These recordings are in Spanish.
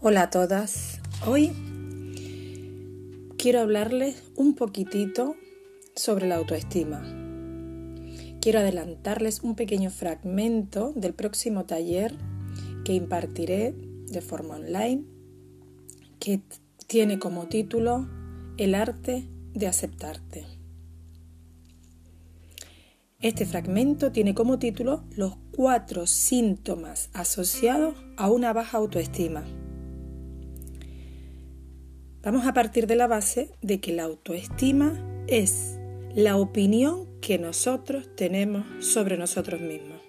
Hola a todas. Hoy quiero hablarles un poquitito sobre la autoestima. Quiero adelantarles un pequeño fragmento del próximo taller que impartiré de forma online, que tiene como título El arte de aceptarte. Este fragmento tiene como título los 4 síntomas asociados a una baja autoestima. Vamos a partir de la base de que la autoestima es la opinión que nosotros tenemos sobre nosotros mismos.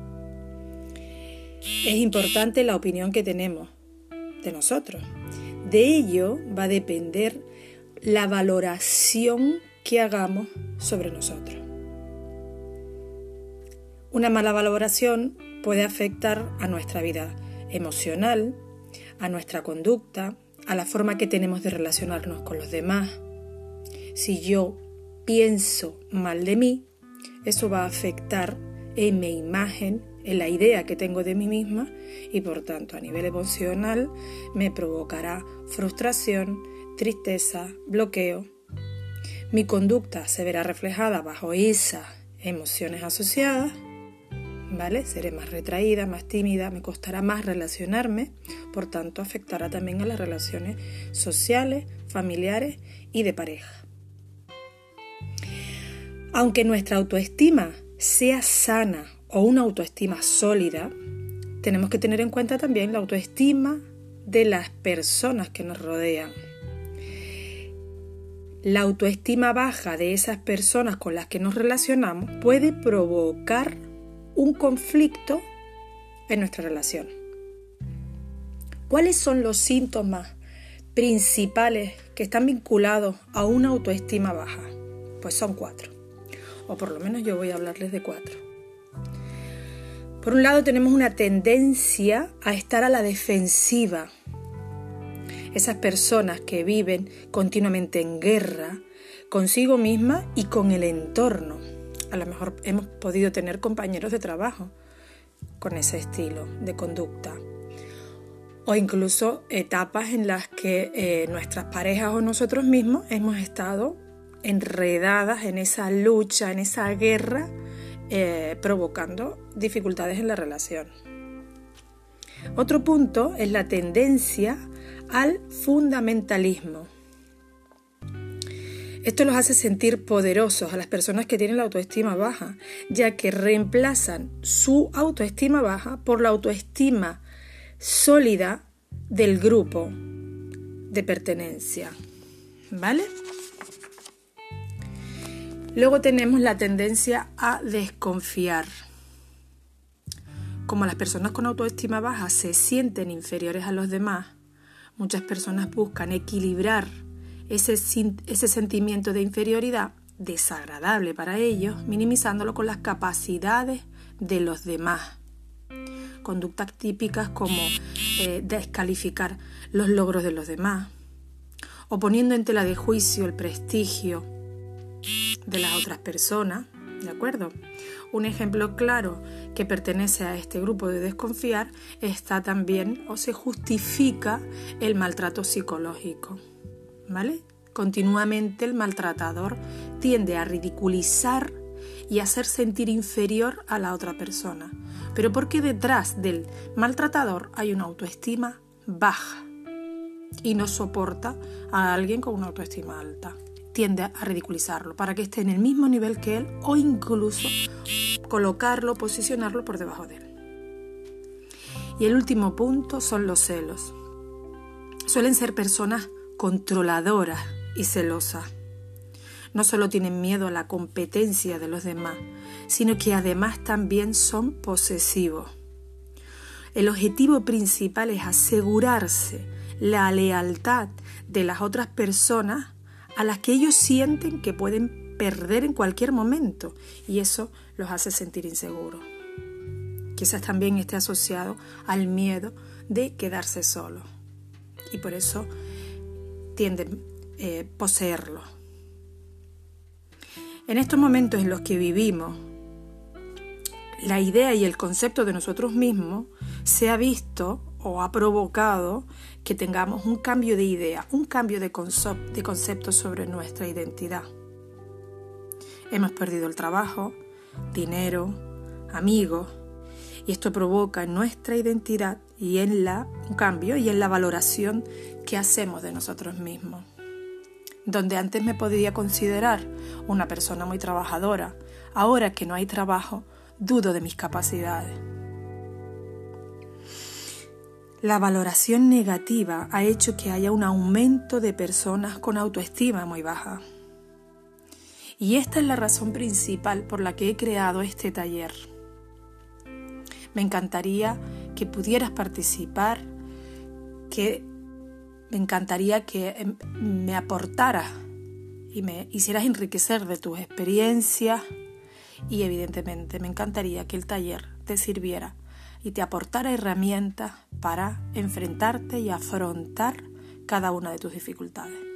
Es importante la opinión que tenemos de nosotros. De ello va a depender la valoración que hagamos sobre nosotros. Una mala valoración puede afectar a nuestra vida emocional, a nuestra conducta, a la forma que tenemos de relacionarnos con los demás. Si yo pienso mal de mí, eso va a afectar en mi imagen, en la idea que tengo de mí misma y por tanto a nivel emocional me provocará frustración, tristeza, bloqueo. Mi conducta se verá reflejada bajo esas emociones asociadas, ¿vale? Seré más retraída, más tímida, me costará más relacionarme, por tanto afectará también a las relaciones sociales, familiares y de pareja. Aunque nuestra autoestima sea sana o una autoestima sólida, tenemos que tener en cuenta también la autoestima de las personas que nos rodean. La autoestima baja de esas personas con las que nos relacionamos puede provocar un conflicto en nuestra relación. ¿Cuáles son los síntomas principales que están vinculados a una autoestima baja? Pues son 4, o por lo menos yo voy a hablarles de 4. Por un lado tenemos una tendencia a estar a la defensiva. Esas personas que viven continuamente en guerra consigo misma y con el entorno. A lo mejor hemos podido tener compañeros de trabajo con ese estilo de conducta. O incluso etapas en las que nuestras parejas o nosotros mismos hemos estado enredadas en esa lucha, en esa guerra, provocando dificultades en la relación. Otro punto es la tendencia al fundamentalismo. Esto los hace sentir poderosos a las personas que tienen la autoestima baja, ya que reemplazan su autoestima baja por la autoestima sólida del grupo de pertenencia, ¿vale? Luego tenemos la tendencia a desconfiar. Como las personas con autoestima baja se sienten inferiores a los demás, muchas personas buscan equilibrar ese sentimiento de inferioridad desagradable para ellos, minimizándolo con las capacidades de los demás. Conductas típicas como descalificar los logros de los demás o poniendo en tela de juicio el prestigio de las otras personas, ¿de acuerdo? Un ejemplo claro que pertenece a este grupo de desconfiar está también o se justifica el maltrato psicológico, ¿vale? Continuamente el maltratador tiende a ridiculizar y a hacer sentir inferior a la otra persona, pero porque detrás del maltratador hay una autoestima baja y no soporta a alguien con una autoestima alta. Tiende a ridiculizarlo para que esté en el mismo nivel que él o incluso colocarlo, posicionarlo por debajo de él. Y el último punto son los celos. Suelen ser personas controladoras y celosas. No solo tienen miedo a la competencia de los demás, sino que además también son posesivos. El objetivo principal es asegurarse la lealtad de las otras personas a las que ellos sienten que pueden perder en cualquier momento y eso los hace sentir inseguros. Quizás también esté asociado al miedo de quedarse solo y por eso tienden a poseerlo. En estos momentos en los que vivimos, la idea y el concepto de nosotros mismos se ha visto o ha provocado que tengamos un cambio de idea, un cambio de concepto sobre nuestra identidad. Hemos perdido el trabajo, dinero, amigos, y esto provoca en nuestra identidad un cambio y en la valoración que hacemos de nosotros mismos. Donde antes me podía considerar una persona muy trabajadora, ahora que no hay trabajo, dudo de mis capacidades. La valoración negativa ha hecho que haya un aumento de personas con autoestima muy baja. Y esta es la razón principal por la que he creado este taller. Me encantaría que pudieras participar, me encantaría que me aportaras y me hicieras enriquecer de tus experiencias y evidentemente me encantaría que el taller te sirviera y te aportara herramientas para enfrentarte y afrontar cada una de tus dificultades.